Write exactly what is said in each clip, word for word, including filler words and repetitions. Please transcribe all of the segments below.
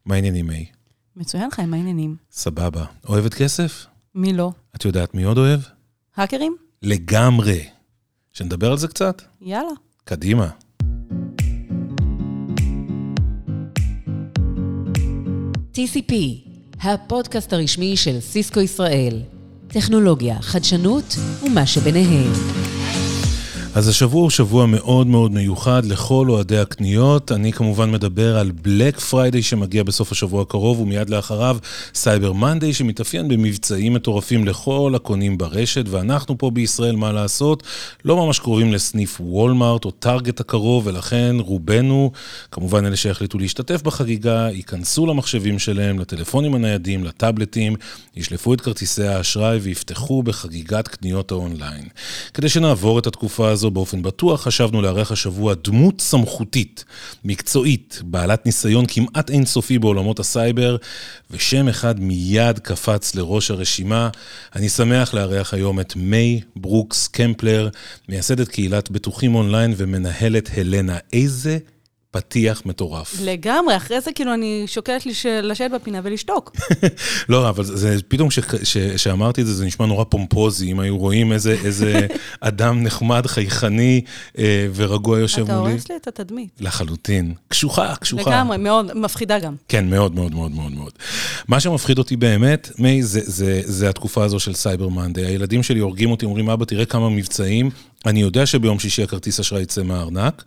מה העניינים, מי? מצוין חיים, מה העניינים? סבבה. אוהבת כסף? מי לא? את יודעת מי עוד אוהב? האקרים? לגמרי. שנדבר על זה קצת? יאללה. קדימה. טי סי פי, הפודקאסט הרשמי של סיסקו ישראל. טכנולוגיה, חדשנות ומה שביניהם. אז השבוע הוא שבוע מאוד מאוד מיוחד לכל אוהדי הקניות. אני כמובן מדבר על בלק פריידיי שמגיע בסוף השבוע הקרוב, ומיד לאחריו סייבר מנדיי שמתאפיין במבצעים מטורפים לכל הקונים ברשת, ואנחנו פה בישראל, מה לעשות, לא ממש קרובים לסניף וולמארט או טארגט הקרוב, ולכן רובנו, כמובן אלה שהחליטו להשתתף בחגיגה, ייכנסו למחשבים שלהם, לטלפונים הניידים, לטאבלטים, ישלפו את כרטיסי האשראי ויפתחו בחגיגת קניות האונליין. כדי שנעבור את התקופה הזו באופן בטוח, חשבנו לארח השבוע דמות סמכותית, מקצועית, בעלת ניסיון כמעט אינסופי בעולמות הסייבר, ושם אחד מיד קפץ לראש הרשימה. אני שמח לארח היום את מי ברוקס קמפלר, מייסדת קהילת בטוחים אונליין ומנהלת הלנה. איזה פתיח מטורף. לגמרי, אחרי זה כאילו אני שוקלת לשבת בפינה ולשתוק. לא, אבל זה, פתאום ש, ש, שאמרתי את זה, זה נשמע נורא פומפוזי, אם היו רואים איזה, איזה אדם נחמד, חייכני אה, ורגוע יושב מולי. אתה הורס לי את התדמית. לחלוטין. קשוחה, קשוחה. לגמרי, מאוד, מפחידה גם. כן, מאוד, מאוד, מאוד, מאוד, מאוד. מה שמפחיד אותי באמת, מי, זה, זה, זה התקופה הזו של סייבר מנדיי. הילדים שלי הורגים אותי, אומרים, אבא, תראה כמה מבצעים. אני יודע שביום שישי הכרטיס אשראי יצא מהארנק,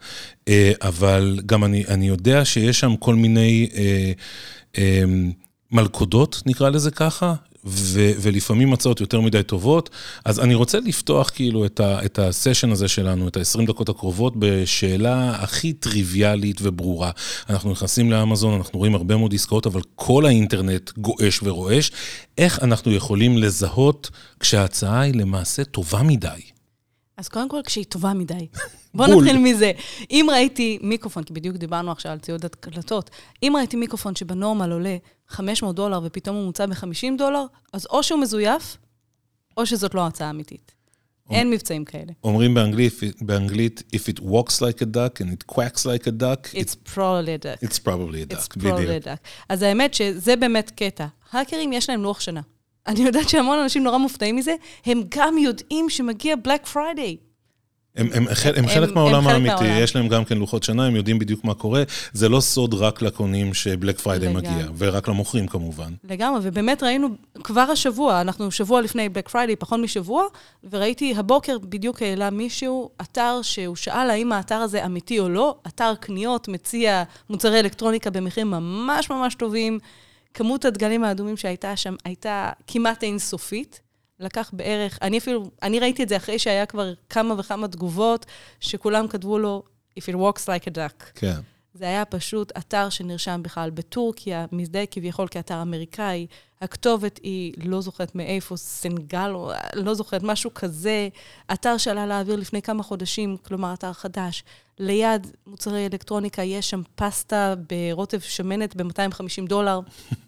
אבל גם אני, אני יודע שיש שם כל מיני אה, אה, מלכודות, נקרא לזה ככה, ו, ולפעמים מצאות יותר מדי טובות. אז אני רוצה לפתוח כאילו את, ה, את הסשן הזה שלנו, את ה-עשרים דקות הקרובות, בשאלה הכי טריוויאלית וברורה. אנחנו נכנסים לאמזון, אנחנו רואים הרבה מאוד עסקאות, אבל כל האינטרנט גואש ורועש. איך אנחנו יכולים לזהות כשההצעה היא למעשה טובה מדי? אז קודם כל, כשהיא טובה מדי. בוא נתחיל מזה. אם ראיתי מיקרופון, כי בדיוק דיברנו עכשיו על ציוד הקלטות, אם ראיתי מיקרופון שבנורמל עולה חמש מאות דולר ופתאום הוא מוצא ב-חמישים דולר, אז או שהוא מזויף, או שזאת לא הצעה אמיתית. אין מבצעים כאלה. אומרים באנגלית, באנגלית, if it walks like a duck and it quacks like a duck, it's probably a duck. It's probably a duck. It's probably a duck. אז האמת שזה באמת קטע. האקרים יש להם לוח שנה. אני יודעת שהמון אנשים נורא מופתעים מזה, הם גם יודעים שמגיע בלק פריידיי. הם, הם, הם חלק מהעולם האמיתי, יש להם גם כן לוחות שנה, הם יודעים בדיוק מה קורה, זה לא סוד רק לקונים שבלק פריידיי מגיע, ורק למוכרים כמובן. לגמרי, ובאמת ראינו כבר השבוע, אנחנו שבוע לפני בלק פריידיי, פחות משבוע, וראיתי הבוקר בדיוק העלה מישהו, אתר שהוא שאל האם האתר הזה אמיתי או לא, אתר קניות מציע מוצרי אלקטרוניקה במחירים ממש ממש טובים, כמות הדגלים האדומים שהייתה שם הייתה כמעט אינסופית, לקח בערך, אני אפילו, אני ראיתי את זה אחרי שהיה כבר כמה וכמה תגובות, שכולם כתבו לו, if it walks like a duck. כן. זה היה פשוט אתר שנרשם בכלל בטורקיה, מזדהה כביכול כאתר אמריקאי, הכתובת היא, לא זוכרת מאיפה, סנגל, או לא זוכרת, משהו כזה, אתר שעלה לאוויר לפני כמה חודשים, כלומר אתר חדש, ליד מוצרי אלקטרוניקה, יש שם פסטה ברוטב שמנת ב-מאתיים וחמישים דולר.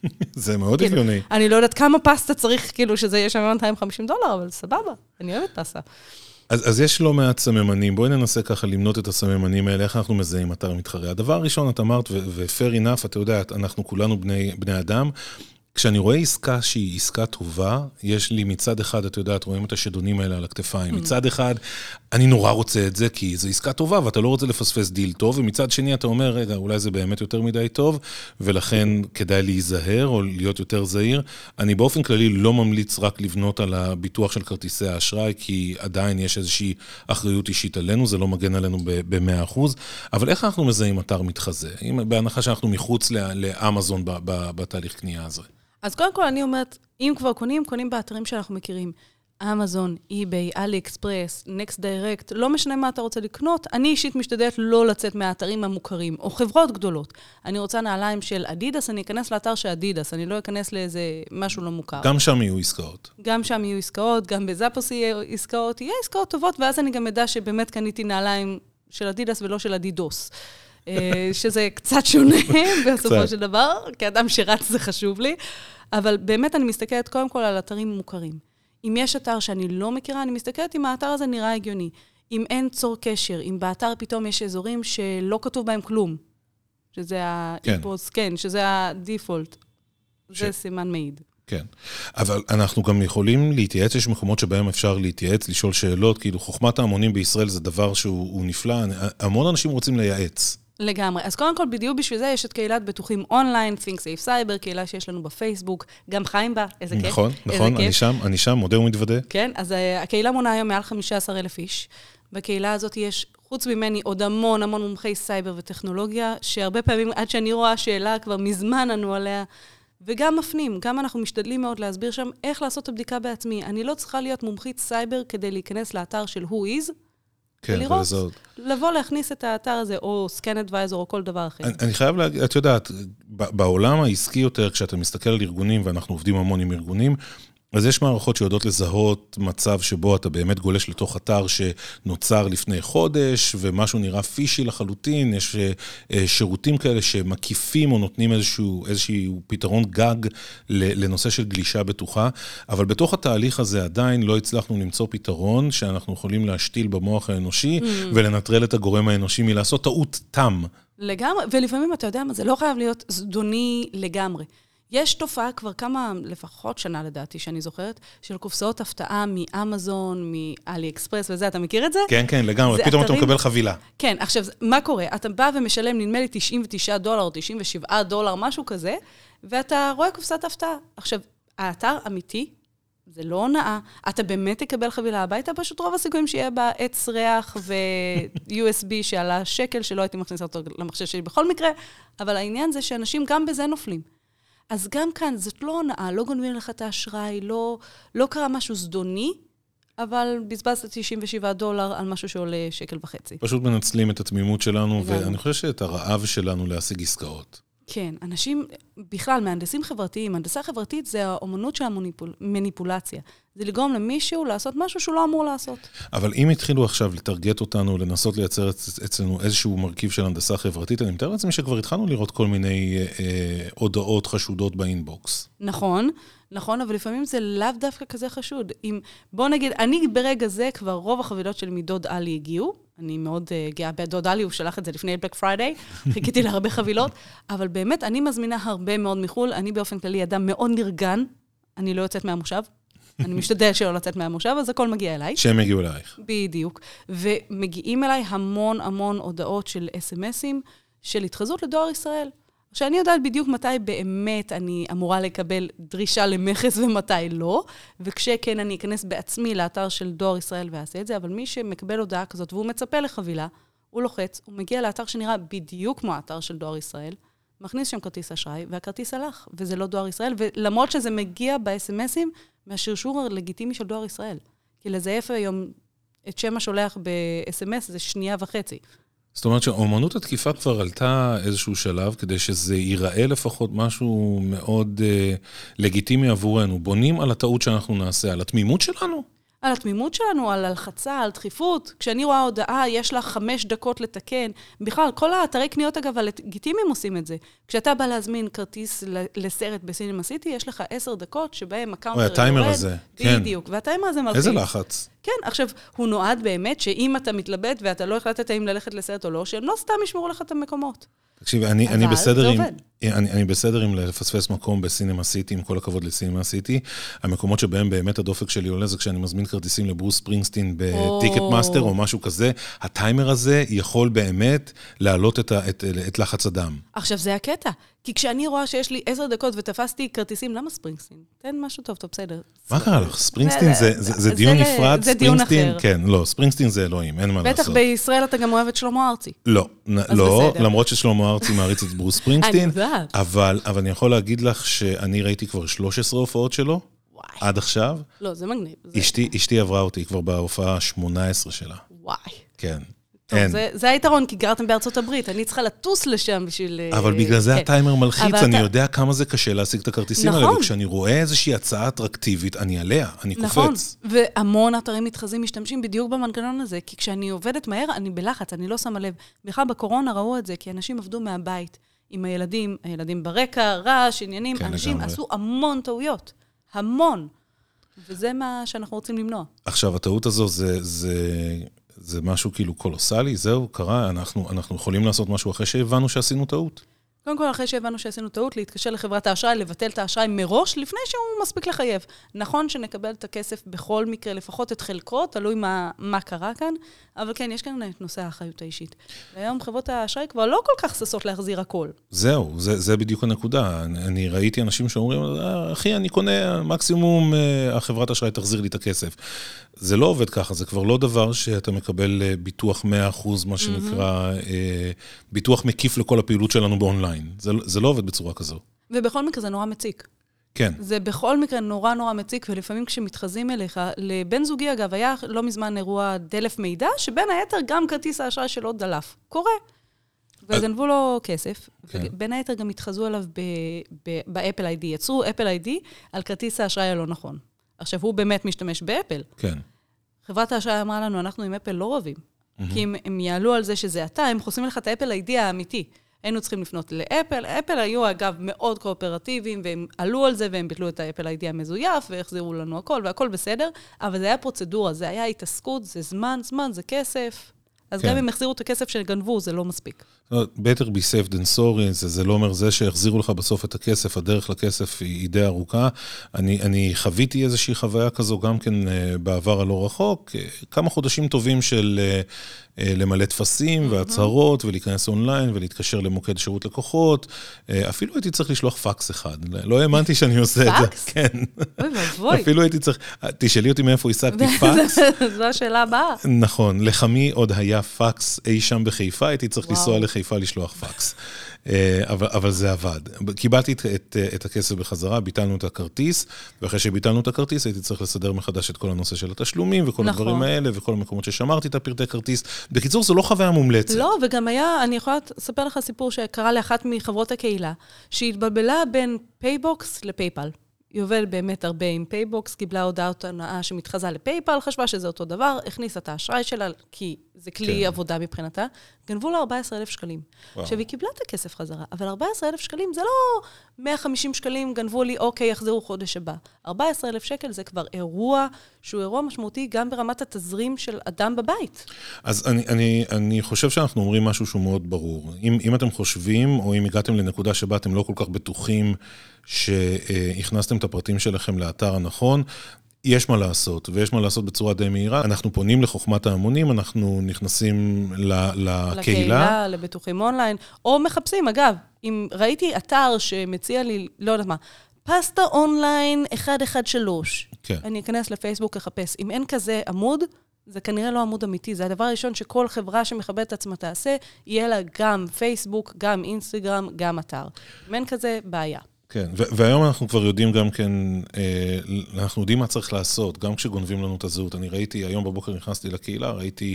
זה מאוד הגיוני. אני לא יודעת כמה פסטה צריך, כאילו, שזה יהיה שם ב-מאתיים וחמישים דולר, אבל סבבה, אני אוהבת פסטה. אז, אז יש לא מעט סממנים, בואי ננסה ככה למנות את הסממנים האלה, איך אנחנו מזהים אתר מתחרה. הדבר הראשון, את אמרת, ו-fair enough, אתה יודע, אנחנו כולנו בני, בני אדם, כשאני רואה עסקה שהיא עסקה טובה, יש לי מצד אחד, את יודעת, רואים את השדונים האלה על הכתפיים. מצד אחד, אני נורא רוצה את זה, כי זו עסקה טובה, ואתה לא רוצה לפספס דיל טוב, ומצד שני אתה אומר, רגע, אולי זה באמת יותר מדי טוב, ולכן כדאי להיזהר, או להיות יותר זהיר. אני באופן כללי לא ממליץ רק לבנות על הביטוח של כרטיסי האשראי, כי עדיין יש איזושהי אחריות אישית עלינו, זה לא מגן עלינו ב-מאה אחוז, אבל איך אנחנו מזהים אתר מתחזה? בהנחה שאנחנו מחוץ לאמזון בתהליך קנייה הזה. אז קודם כל אני אומרת, אם כבר קונים, קונים באתרים שאנחנו מכירים. אמזון, אי-ביי, אלי אקספרס, נקסט דיירקט, לא משנה מה אתה רוצה לקנות, אני אישית משתדלת לא לצאת מהאתרים המוכרים, או חברות גדולות. אני רוצה נעליים של אדידס, אני אכנס לאתר של אדידס, אני לא אכנס לאיזה משהו לא מוכר. גם שם יהיו עסקאות. גם שם יהיו עסקאות, גם בזאפוס יהיו עסקאות, יהיו עסקאות טובות, ואז אני גם אדע שבאמת קניתי נעליים של אדידס ולא של אדידוס. שזה קצת שונה בסופו של דבר, כי אדם שרץ זה חשוב לי, אבל באמת אני מסתכלת קודם כל על אתרים מוכרים. אם יש אתר שאני לא מכירה, אני מסתכלת אם האתר הזה נראה הגיוני. אם אין צור קשר, אם באתר פתאום יש אזורים שלא כתוב בהם כלום, שזה ה-איפוס, כן, שזה הדיפולט. זה סימן מעיד. כן, אבל אנחנו גם יכולים להתייעץ, יש מקומות שבהם אפשר להתייעץ, לשאול שאלות, כאילו חוכמת ההמונים בישראל זה דבר שהוא נפלא, המון אנשים רוצים לייעץ. לגמרי. אז קודם כל, בדיוק בשביל זה יש את קהילת בטוחים אונליין, Think Safe Cyber, קהילה שיש לנו בפייסבוק, גם חיים בה, איזה כיף. נכון, נכון, אני שם, אני שם, מודה ומתוודה. כן, אז הקהילה מונה היום מעל חמישה עשר אלף איש. בקהילה הזאת יש, חוץ ממני, עוד המון המון מומחי סייבר וטכנולוגיה, שהרבה פעמים, עד שאני רואה שאלה, כבר מזמן ענו עליה, וגם מפנים, גם אנחנו משתדלים מאוד להסביר שם איך לעשות את הבדיקה בעצמי. אני לא צריכה להיות מומחית סייבר כדי להיכנס לאתר של Who is, כן, ולראות, ולזהות. לבוא להכניס את האתר הזה, או Scan Advisor, או כל דבר אחר. אני, אני חייב להגיד, את יודעת, בעולם העסקי יותר, כשאתה מסתכל על ארגונים, ואנחנו עובדים המון עם ארגונים, אז יש מערכות שיודעות לזהות מצב שבו אתה באמת גולש לתוך אתר שנוצר לפני חודש, ומשהו נראה פישי לחלוטין, יש שירותים כאלה שמקיפים או נותנים איזשהו, איזשהו פתרון גג לנושא של גלישה בטוחה, אבל בתוך התהליך הזה עדיין לא הצלחנו למצוא פתרון שאנחנו יכולים להשתיל במוח האנושי, mm. ולנטרל את הגורם האנושי מלעשות טעות תם. לגמרי, ולפעמים אתה יודע מה, זה לא חייב להיות זדוני לגמרי. יש תופעה כבר כמה, לפחות שנה לדעתי, שאני זוכרת, של קופסאות הפתעה מאמזון, מאלי אקספרס וזה, אתה מכיר את זה? כן, כן, לגמרי, פתאום אתה מקבל חבילה. כן, עכשיו, מה קורה? אתה בא ומשלם, נדמה לי תשעים ותשעה דולר, או תשעים ושבעה דולר, משהו כזה, ואתה רואה קופסת הפתעה. עכשיו, האתר אמיתי, זה לא הונאה, אתה באמת תקבל חבילה הביתה, פשוט רוב הסיכויים שיהיה בה עץ ריח ו-יו אס בי שעלה שקל, שלא הייתי מכניסה אותו למחשב שלי בכל מקרה, אבל העניין זה שאנשים גם בזה נופלים. אז גם כאן, זאת לא הונאה, לא גונבים לך את האשראי, לא, לא קרה משהו זדוני, אבל בזבזת תשעים ושבעה דולר על משהו שעולה שקל וחצי. פשוט מנצלים את התמימות שלנו, ואני חושב שאת הרעב שלנו להשיג עסקאות. כן, אנשים, בכלל, מהנדסים חברתיים, הנדסה חברתית זה האומנות של המניפולציה. זה לגרום למישהו לעשות משהו שהוא לא אמור לעשות. אבל אם התחילו עכשיו לטרגט אותנו, לנסות לייצר אצלנו איזשהו מרכיב של הנדסה חברתית, אני מתאר לעצמי שכבר התחלנו לראות כל מיני אה, הודעות חשודות באינבוקס. נכון, נכון, אבל לפעמים זה לאו דווקא כזה חשוד. אם, בוא נגיד, אני ברגע זה כבר רוב החבילות שלי מדוד אלי הגיעו, אני מאוד uh, גאה בדוד אלי, הוא שלח את זה לפני בלק פריידיי, חיכיתי להרבה חבילות, אבל באמת אני מזמינה הרבה מאוד מחול, אני באופן כללי אדם מאוד נרגן, אני לא יוצאת מהמושב, אני משתדל שלא לצאת מהמושב, אז הכל מגיע אליי. שהם הגיעו אלייך. בדיוק. ומגיעים אליי המון המון הודעות של אס אם אסים, של התחזות לדואר ישראל. שאני יודעת בדיוק מתי באמת אני אמורה לקבל דרישה למחס ומתי לא, וכשכן אני אכנס בעצמי לאתר של דואר ישראל ועשה את זה, אבל מי שמקבל הודעה כזאת והוא מצפה לחבילה, הוא לוחץ, הוא מגיע לאתר שנראה בדיוק כמו האתר של דואר ישראל, מכניס שם כרטיס אשראי, והכרטיס הלך, וזה לא דואר ישראל, ולמרות שזה מגיע ב-אס אם אסים, מהשרשור הלגיטימי של דואר ישראל. כי לזייף היום את שם השולח ב-אס אם אס זה שנייה וחצי. זאת אומרת שהאומנות התקיפה כבר עלתה איזשהו שלב, כדי שזה ייראה לפחות משהו מאוד אה, לגיטימי עבורנו. בונים על הטעות שאנחנו נעשה, על התמימות שלנו. על התמימות שלנו, על הלחצה, על דחיפות. כשאני רואה הודעה, יש לה חמש דקות לתקן. בכלל, כל האתרי קניות, אגב, הלגיטימיים עושים את זה. כשאתה בא להזמין כרטיס לסרט בסינמה סיטי, יש לך עשר דקות שבהם הקאונטר יורד. הטיימר הזה, כן. בדיוק, והטיימר הזה מלחיץ. איזה לחץ. כן, עכשיו, הוא נועד באמת שאם אתה מתלבט ואתה לא החלטת אם ללכת לסרט או לא, שהם לא סתם ישמרו לך את המקומות. תקשיב, אני, אני בסדר עם, אני, אני בסדר עם לפספס מקום בסינמה סיטי, עם כל הכבוד לסינמה סיטי. המקומות שבהם באמת הדופק שלי עולה, זה כשאני מזמין כרטיסים לברוס ספרינגסטין בטיקט מאסטר או משהו כזה, הטיימר הזה יכול באמת להעלות את, את, את לחץ הדם. עכשיו, זה הקטע. כי כשאני רואה שיש לי עשר דקות ותפסתי כרטיסים, למה ספרינגסטין? תן משהו טוב, טוב, בסדר. מה קרה לך? ספרינגסטין זה, זה, זה, זה דיון נפרד, זה דיון אחר. כן, לא, ספרינגסטין זה אלוהים, אין מה לעשות. בטח בישראל אתה גם אוהב את שלמה ארצי. לא, לא, למרות ששלמה ארצי מעריץ את ברוס ספרינגסטין, אבל, אבל אני יכול להגיד לך שאני ראיתי כבר שלוש עשרה הופעות שלו, עד עכשיו. לא, זה מגניב. אשתי, אשתי עברה אותי כבר בהופעה שמונה עשרה שלה. וואי. כן. טוב, זה, זה היתרון, כי גרתם בארצות הברית, אני צריכה לטוס לשם בשביל... אבל בגלל זה כן. הטיימר מלחיץ, אני אתה... יודע כמה זה קשה להשיג את הכרטיסים נכון. האלה, וכשאני רואה איזושהי הצעה אטרקטיבית, אני עליה, אני נכון. קופץ. והמון אתרים מתחזים משתמשים בדיוק במנגנון הזה, כי כשאני עובדת מהר, אני בלחץ, אני לא שמה לב. בכלל בקורונה ראו את זה, כי אנשים עבדו מהבית עם הילדים, הילדים ברקע, רעש, עניינים, כן, אנשים לגמרי. עשו המון טעויות, המון. וזה מה שאנחנו רוצים למנוע. עכשיו, הטעות הזו זה... זה... זה משהו כאילו קולוסלי, זהו, קרה, אנחנו, אנחנו יכולים לעשות משהו אחרי שהבנו שעשינו טעות. קודם כל, אחרי שהבנו שעשינו טעות, להתקשר לחברת האשראי, לבטל את האשראי מראש, לפני שהוא מספיק לחייב. נכון שנקבל את הכסף בכל מקרה, לפחות את חלקו, תלוי מה, מה קרה כאן, אבל כן, יש כאן את נושא האחריות האישית. והיום חברות האשראי כבר לא כל כך ששות להחזיר הכל. זהו, זה, זה בדיוק הנקודה. אני, אני ראיתי אנשים שאומרים, אחי, אני קונה, מקסימום החברת האשראי תחזיר לי את הכסף. זה לא עובד ככה, זה כבר לא דבר שאתה מקבל ביטוח מאה אחוז, מה שנקרא, ביטוח מקיף לכל הפעילות שלנו באונליין. זה, זה לא עובד בצורה כזו. ובכל מקרה זה נורא מציק. כן. זה בכל מקרה נורא נורא מציק, ולפעמים כשמתחזים אליך, לבן זוגי אגב, היה לא מזמן אירוע דלף מידע, שבין היתר גם כרטיס האשראי שלו דלף. קורה. וגנבו לו כסף, כן. ובין היתר גם התחזו עליו באפל איי די. יצרו אפל איי די על כרטיס האשראי הלא נכון. עכשיו, הוא באמת משתמש באפל. כן. חברת האשראי אמרה לנו, אנחנו עם אפל לא רבים. Mm-hmm. כי אם הם יעלו על זה שזה אתה, הם חוסמים לך את האפל איי די האמיתי. היינו צריכים לפנות לאפל. אפל היו, אגב, מאוד קואופרטיביים, והם עלו על זה, והם ביטלו את האפל איי די המזויף, והחזירו לנו הכל, והכל בסדר. אבל זה היה פרוצדורה, זה היה התעסקות, זה זמן, זמן, זה כסף. אז כן. גם אם החזירו את הכסף שגנבו, זה לא מספיק. better be safe than sorry, זה, זה לא אומר זה שהחזירו לך בסוף את הכסף, הדרך לכסף היא די ארוכה. אני, אני חוויתי איזושהי חוויה כזו גם כן בעבר הלא רחוק, כמה חודשים טובים של למלא תפסים והצהרות ולהיכנס אונליין ולהתקשר למוקד שירות לקוחות. אפילו הייתי צריך לשלוח פקס אחד. לא האמנתי שאני עושה את זה. פקס? כן. אוי ואבוי. אפילו הייתי צריך, תשאלי אותי מאיפה השגתי פקס. זו השאלה הבאה. נכון, לחמי עוד היה פקס אי שם בחיפה, הייתי צריך לנסוע לחיפה לשלוח פקס. אבל, אבל זה עבד. קיבלתי את, את, את הכסף בחזרה, ביטלנו את הכרטיס, ואחרי שביטלנו את הכרטיס, הייתי צריך לסדר מחדש את כל הנושא של התשלומים, וכל נכון. הדברים האלה, וכל המקומות ששמרתי את הפרטי כרטיס. בקיצור, זו לא חוויה מומלצת. לא, וגם היה, אני יכולה לספר לך סיפור שקרה לאחת מחברות הקהילה, שהתבלבלה בין פייבוקס לפייפל. היא עובדת באמת הרבה עם פייבוקס, קיבלה הודעת הנאה שמתחזה לפייפל, חשבה שזה אותו דבר, הכניסה את האשראי שלה, כי זה כלי כן. עבודה מבחינתה, גנבו לה ארבעה עשר אלף שקלים. וואו. עכשיו, היא קיבלה את הכסף חזרה, אבל ארבעה עשר אלף שקלים זה לא מאה וחמישים שקלים, גנבו לי, אוקיי, יחזרו חודש הבא. ארבעה עשר אלף שקל זה כבר אירוע, שהוא אירוע משמעותי גם ברמת התזרים של אדם בבית. אז אני, אני, אני חושב שאנחנו אומרים משהו שהוא מאוד ברור. אם, אם אתם חושבים, או אם הגעתם לנקודה שבה אתם לא כל כך בטוחים, שהכנסתם את הפרטים שלכם לאתר הנכון, יש מה לעשות, ויש מה לעשות בצורה די מהירה. אנחנו פונים לחוכמת ההמונים, אנחנו נכנסים לקהילה. לקהילה, לבטוחים אונליין, או מחפשים, אגב, אם ראיתי אתר שמציע לי, לא יודעת מה, פסטה אונליין אחת אחת שלוש. כן. אני אכנס לפייסבוק לחפש. אם אין כזה עמוד, זה כנראה לא עמוד אמיתי. זה הדבר הראשון שכל חברה שמכבדת עצמה תעשה, יהיה לה גם פייסבוק, גם אינסטגרם, גם אתר. אם אין כזה, בעיה. כן, והיום אנחנו כבר יודעים גם כן, אנחנו יודעים מה צריך לעשות, גם כשגונבים לנו את הזהות. אני ראיתי, היום בבוקר נכנסתי לקהילה, ראיתי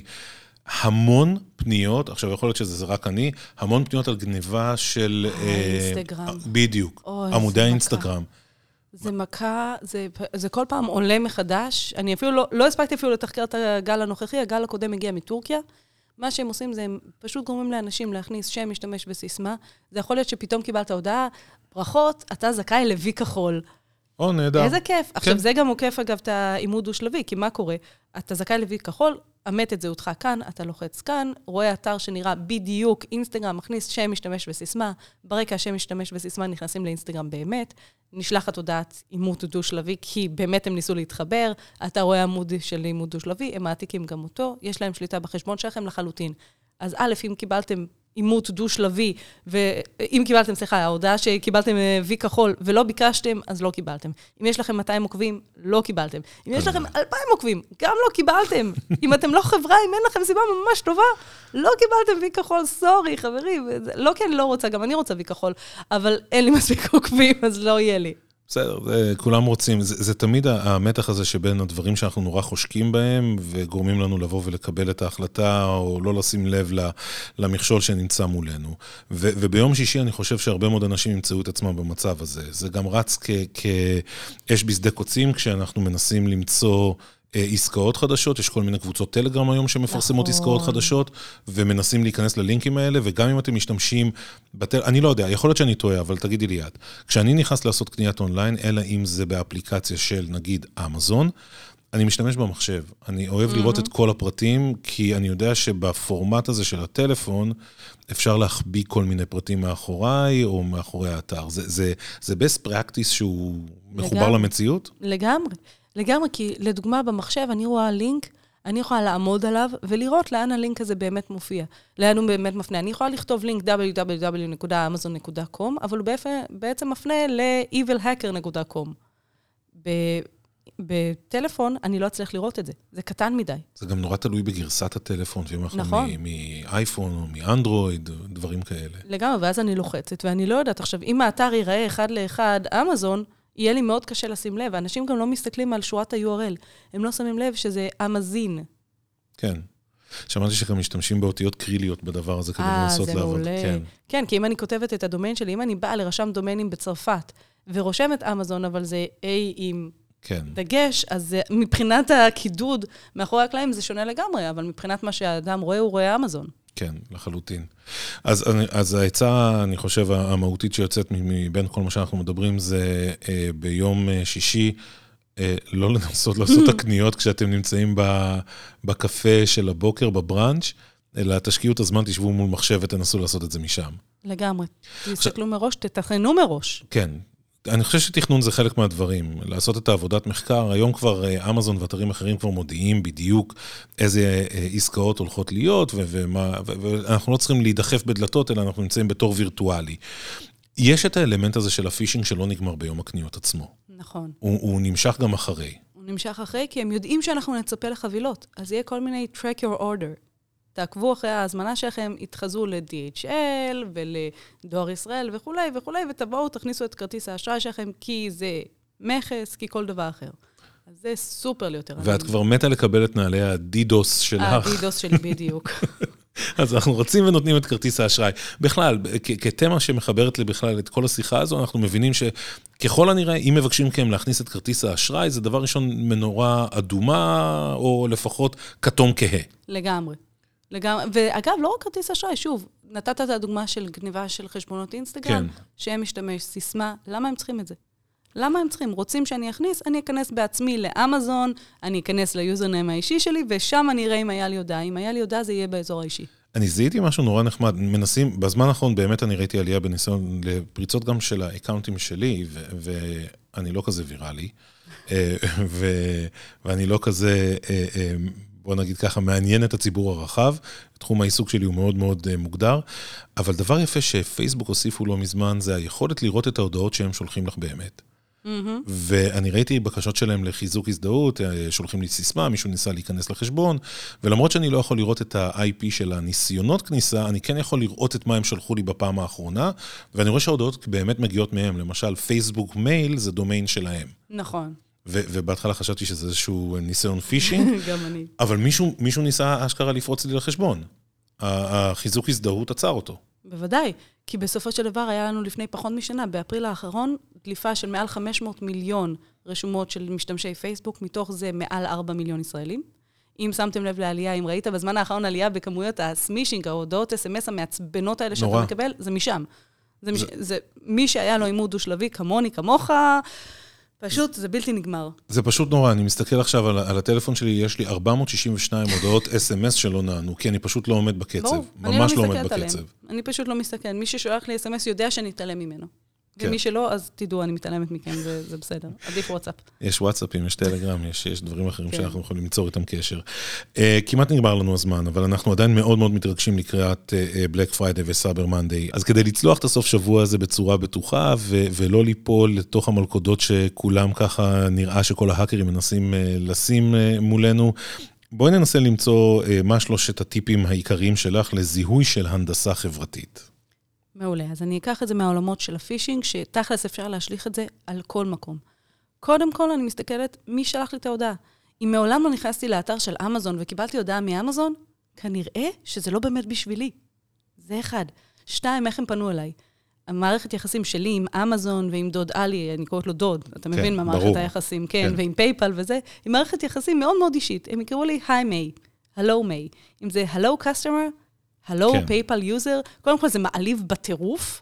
המון פניות, עכשיו יכול להיות שזה רק אני, המון פניות על גניבה של... האינסטגרם. בדיוק, עמודי האינסטגרם. זה מכה, זה, זה כל פעם עולה מחדש. אני אפילו לא, לא הספקתי אפילו לתחקר את הגל הנוכחי, הגל הקודם הגיע מטורקיה. מה שהם עושים זה, הם פשוט גורמים לאנשים להכניס שם משתמש בסיסמה. זה יכול להיות שפתאום קיבלת הודעה, ברכות, אתה זכאי לוי כחול. או, נהדר. איזה כיף. כן. עכשיו, זה גם עוקף, אגב, את העימוד דו-שלבי, כי מה קורה? אתה זכאי לוי כחול, אמת את זהותך כאן, אתה לוחץ כאן, רואה אתר שנראה בדיוק, אינסטגרם מכניס שם משתמש בסיסמה, ברקע השם משתמש בסיסמה נכנסים לאינסטגרם באמת, נשלחת הודעת עימות דו-שלבי, כי באמת הם ניסו להתחבר, אתה רואה עמוד של עימות דו-שלבי, הם מעתיקים גם אותו, יש להם שליטה בחשבון שלכם לחלוטין. אז א', אם קיבלתם עימות דו-שלבי, ואם קיבלתם, סליחה, ההודעה שקיבלתם וי כחול ולא ביקשתם, אז לא קיבלתם. אם יש לכם מאתיים עוקבים, לא קיבלתם. אם יש לכם אלפיים עוקבים, גם לא קיבלתם. אם אתם לא חברה, אם אין לכם סיבה ממש טובה, לא קיבלתם וי כחול, סורי, חברים. לא כי אני לא רוצה, גם אני רוצה וי כחול, אבל אין לי מספיק עוקבים, אז לא יהיה לי. בסדר, זה, כולם רוצים, זה, זה תמיד המתח הזה שבין הדברים שאנחנו נורא חושקים בהם, וגורמים לנו לבוא ולקבל את ההחלטה, או לא לשים לב למכשול שנמצא מולנו. ו, וביום שישי אני חושב שהרבה מאוד אנשים ימצאו את עצמם במצב הזה. זה גם רץ כאש בשדה קוצים, כשאנחנו מנסים למצוא עסקאות חדשות, יש כל מיני קבוצות טלגרם היום שמפרסמות עסקאות חדשות, ומנסים להיכנס ללינקים האלה, וגם אם אתם משתמשים, בטל... אני לא יודע, יכול להיות שאני טועה, אבל תגידי לי יד. כשאני נכנס לעשות קניית אונליין, אלא אם זה באפליקציה של נגיד אמזון, אני משתמש במחשב. אני אוהב לראות את כל הפרטים, כי אני יודע שבפורמט הזה של הטלפון, אפשר להחביא כל מיני פרטים מאחוריי, או מאחורי האתר. זה, זה, זה best practice שהוא מחובר למציאות? לגמרי. לגמרי, כי לדוגמה במחשב אני רואה לינק, אני יכולה לעמוד עליו ולראות לאן הלינק הזה באמת מופיע. לאן הוא באמת מפנה. אני יכולה לכתוב לינק דאבליו דאבליו דאבליו נקודה אמזון נקודה קום, אבל הוא בעצם מפנה ל-evil hacker נקודה קום. בטלפון אני לא אצליח לראות את זה. זה קטן מדי. זה גם נורא תלוי בגרסת הטלפון, שאם אנחנו נכון. מאייפון או מאנדרואיד, דברים כאלה. לגמרי, ואז אני לוחצת, ואני לא יודעת. עכשיו, אם האתר ייראה אחד לאחד אמזון, יהיה לי מאוד קשה לשים לב. האנשים גם לא מסתכלים על שורת ה-יו אר אל. הם לא שמים לב שזה אמזין. כן. שמעתי שגם משתמשים באותיות קריליות בדבר הזה, כדי לנסות לעבוד. כן. כן, כי אם אני כותבת את הדומיין שלי, אם אני באה לרשם דומיינים בצרפת, ורושמת אמזון, אבל זה A עם כן. דגש, אז מבחינת הקידוד, מאחורי הקלעים זה שונה לגמרי, אבל מבחינת מה שהאדם רואה, הוא רואה אמזון. כן, לחלוטין. אז, אז ההצעה, אני חושב, המהותית שיוצאת מבין כל מה שאנחנו מדברים, זה אה, ביום שישי, אה, לא לנסות לעשות הקניות כשאתם נמצאים בקפה של הבוקר, בברנץ', אלא תשקיעו את הזמן, תשבו מול מחשב ותנסו לעשות את זה משם. לגמרי. תסתכלו מראש, תתכננו מראש. כן. אני חושב שתכנון זה חלק מהדברים, לעשות את העבודת מחקר, היום כבר אמזון ואתרים אחרים כבר מודיעים בדיוק איזה עסקאות הולכות להיות, ומה, ואנחנו לא צריכים להידחף בדלתות, אלא אנחנו נמצאים בתור וירטואלי. יש את האלמנט הזה של הפישינג שלא נגמר ביום הקניות עצמו. נכון. הוא, הוא נמשך גם אחרי. הוא נמשך אחרי, כי הם יודעים שאנחנו נצפה לחבילות, אז יהיה כל מיני track your order. תעקבו אחרי ההזמנה שלכם, יתחזו ל-די אייץ' אל ולדואר ישראל וכו' וכו', ותבואו, תכניסו את כרטיס האשראי שלכם, כי זה מכס, כי כל דבר אחר. אז זה סופר ליותר. ואת כבר מתה לקבל את נעלי הדידוס שלך. הדידוס שלי בדיוק. אז אנחנו רוצים ונותנים את כרטיס האשראי. בכלל, כתמה שמחברת לי בכלל את כל השיחה הזו, אנחנו מבינים שככל הנראה, אם מבקשים מכם להכניס את כרטיס האשראי, זה דבר ראשון מנורה אדומה, או לפחות כתום כהה. לגמרי. לגמרי, ואגב, לא רק כרטיס אשראי, שוב, נתת את הדוגמה של גניבה של חשבונות אינסטגרם, כן. שהם משתמש סיסמה, למה הם צריכים את זה? למה הם צריכים? רוצים שאני אכניס? אני אכנס בעצמי לאמזון, אני אכנס ליוזרניים האישי שלי, ושם אני אראה אם היה לי הודעה. אם היה לי הודעה, זה יהיה באזור האישי. אני זיהיתי משהו נורא נחמד, מנסים, בזמן האחרון באמת אני ראיתי עלייה בניסיון לפריצות גם של האקאונטים שלי, ואני לא כזה ויראלי, ואני לא כזה... בוא נגיד ככה, מעניין את הציבור הרחב, תחום העיסוק שלי הוא מאוד מאוד מוגדר, אבל דבר יפה שפייסבוק הוסיפו לא מזמן, זה היכולת לראות את ההודעות שהם שולחים לך באמת. ואני ראיתי בקשות שלהם לחיזוק הזדהות, שולחים לי סיסמה, מישהו ניסה להיכנס לחשבון, ולמרות שאני לא יכול לראות את ה-איי פי של הניסיונות כניסה, אני כן יכול לראות את מה הם שלחו לי בפעם האחרונה, ואני רואה שההודעות באמת מגיעות מהם, למשל פייסבוק מייל זה דומיין שלהם. נכון. ובהתחלה חשבתי שזה איזשהו ניסיון פישינג, גם אני. אבל מישהו, מישהו ניסה אשכרה לפרוץ לי לחשבון. החיזוק הזדהות עצר אותו. בוודאי, כי בסופו של דבר היה לנו לפני פחות משנה, באפריל האחרון, דליפה של מעל חמש מאות מיליון רשומות של משתמשי פייסבוק, מתוך זה מעל ארבעה מיליון ישראלים. אם שמתם לב לעלייה, אם ראית בזמן האחרון עלייה בכמויות הסמישינג, ההודעות אס אם אס המעצבנות האלה שאתה מקבל, זה משם. זה, מש... זה מי שהיה לו עימות דו-שלבי, כמוני, כמוך, פשוט, זה בלתי נגמר. זה פשוט נורא, אני מסתכל עכשיו על, על הטלפון שלי, יש לי ארבע מאות שישים ושתיים הודעות אס אם אס שלא נענו, כי אני פשוט לא עומד בקצב. בוא, ממש לא, לא עומד בקצב. עליהם. אני פשוט לא מסתכל. מי ששולח לי אס אם אס יודע שאני אתעלם ממנו. כן. ומי שלא, אז תדעו, אני מתעלמת מכם, זה, זה בסדר. עדיף וואטסאפ. יש וואטסאפים, יש טלגרם, יש, יש דברים אחרים כן. שאנחנו יכולים ליצור איתם קשר. Uh, כמעט נגמר לנו הזמן, אבל אנחנו עדיין מאוד מאוד מתרגשים לקראת בלק פריידיי וסייבר מנדיי. אז כדי לצלוח את הסוף שבוע הזה בצורה בטוחה, ו- ולא ליפול לתוך המלכודות שכולם ככה נראה שכל ההאקרים מנסים uh, לשים uh, מולנו, בואי ננסה למצוא uh, מה שלושת הטיפים העיקריים שלך לזיהוי של הנדסה חברתית. מעולה, אז אני אקח את זה מהעולמות של הפישינג, שתכלס אפשר להשליך את זה על כל מקום. קודם כל אני מסתכלת, מי שלח לי את ההודעה? אם מעולם לא נכנסתי לאתר של אמזון וקיבלתי הודעה מאמזון, כנראה שזה לא באמת בשבילי. זה אחד. שתיים, איך הם פנו אליי? המערכת יחסים שלי עם אמזון ועם דוד אלי, אני קוראת לו דוד, אתה מבין כן, מה מערכת היחסים, כן, כן, ועם פייפל וזה, עם מערכת יחסים מאוד מאוד אישית. הם יקראו לי, היי מיי, הלו מיי. אם זה הלו קסטומר, הלו, פייפל יוזר, קודם כל זה מעליב בטירוף,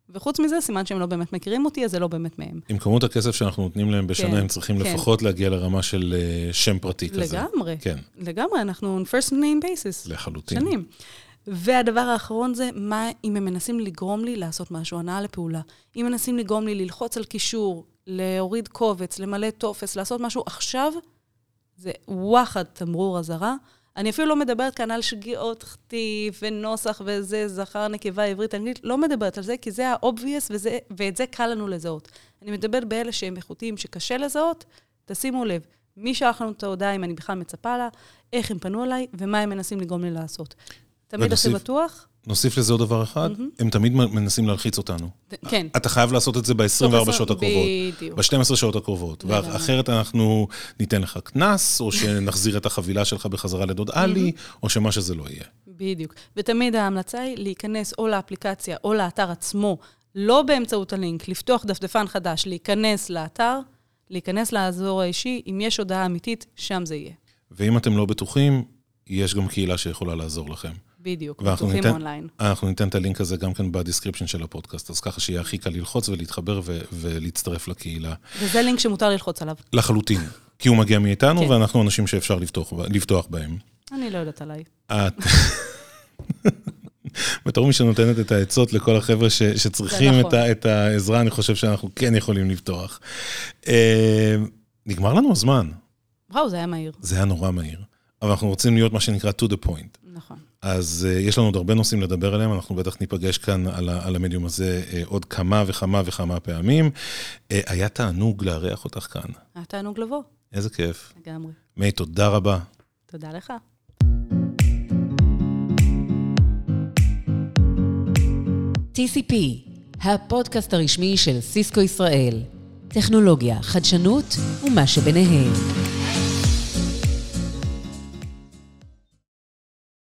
וחוץ מזה, סימן שהם לא באמת מכירים אותי, אז זה לא באמת מהם. עם כמות הכסף שאנחנו נותנים להם בשנה, כן, הם צריכים כן. לפחות להגיע לרמה של שם פרטי כזה. לגמרי. כן. לגמרי, אנחנו on first name basis. לחלוטין. שנים. והדבר האחרון זה, מה אם הם מנסים לגרום לי לעשות משהו, הנאה לפעולה. אם מנסים לגרום לי ללחוץ על קישור, להוריד קובץ, למלא טופס, לעשות משהו עכשיו, זה וואחד תמרור הזרה. אני אפילו לא מדברת כאן על שגיאות כתיב ונוסח וזה, זכר, נקבה, עברית, אנגלית, לא מדברת על זה, כי זה ה-obvious וזה, ואת זה קל לנו לזהות. אני מדברת באלה שהם איכותיים, שקשה לזהות, תשימו לב, מי שלח לנו את ההודעה, אם אני בכלל מצפה לה, איך הם פנו אליי, ומה הם מנסים לגרום לי לעשות. תמיד הכי בטוח. נוסיף לזה עוד דבר אחד, הם תמיד מנסים להלחיץ אותנו. כן. אתה חייב לעשות את זה ב-עשרים וארבע שעות הקרובות. בדיוק. ב-שתים עשרה שעות הקרובות. ואחרת אנחנו ניתן לך כנס, או שנחזיר את החבילה שלך בחזרה לדוד אלי, או שמה שזה לא יהיה. בדיוק. ותמיד ההמלצה היא להיכנס או לאפליקציה או לאתר עצמו, לא באמצעות הלינק, לפתוח דפדפן חדש, להיכנס לאתר, להיכנס לאזור האישי, אם יש הודעה אמיתית, שם זה יהיה. ואם אתם לא בטוחים, יש גם קהילה שיכולה לעזור לכם. בדיוק, בטוחים אונליין. אנחנו ניתן את הלינק הזה גם כן בדיסקריפשן של הפודקאסט, אז ככה שיהיה הכי קל ללחוץ ולהתחבר ו- ולהצטרף לקהילה. וזה לינק שמותר ללחוץ עליו. לחלוטין, כי הוא מגיע מאיתנו, כן. ואנחנו אנשים שאפשר לפתוח, לפתוח בהם. אני לא יודעת עליי. את... בתור מי שנותנת את העצות לכל החבר'ה ש- שצריכים נכון. את, ה- את העזרה, אני חושב שאנחנו כן יכולים לפתוח. אה, נגמר לנו הזמן. וואו, זה היה מהיר. זה היה נורא מהיר. אבל אנחנו רוצים להיות מה שנקרא to the point. נכון. אז uh, יש לנו עוד הרבה נושאים לדבר עליהם, אנחנו בטח ניפגש כאן על, ה- על המדיום הזה uh, עוד כמה וכמה וכמה פעמים. Uh, היה תענוג לארח אותך כאן. היה תענוג לבוא. איזה כיף. לגמרי. מי, תודה רבה. תודה לך. טי סי פי, הפודקאסט הרשמי של סיסקו ישראל. טכנולוגיה, חדשנות ומה שביניהם.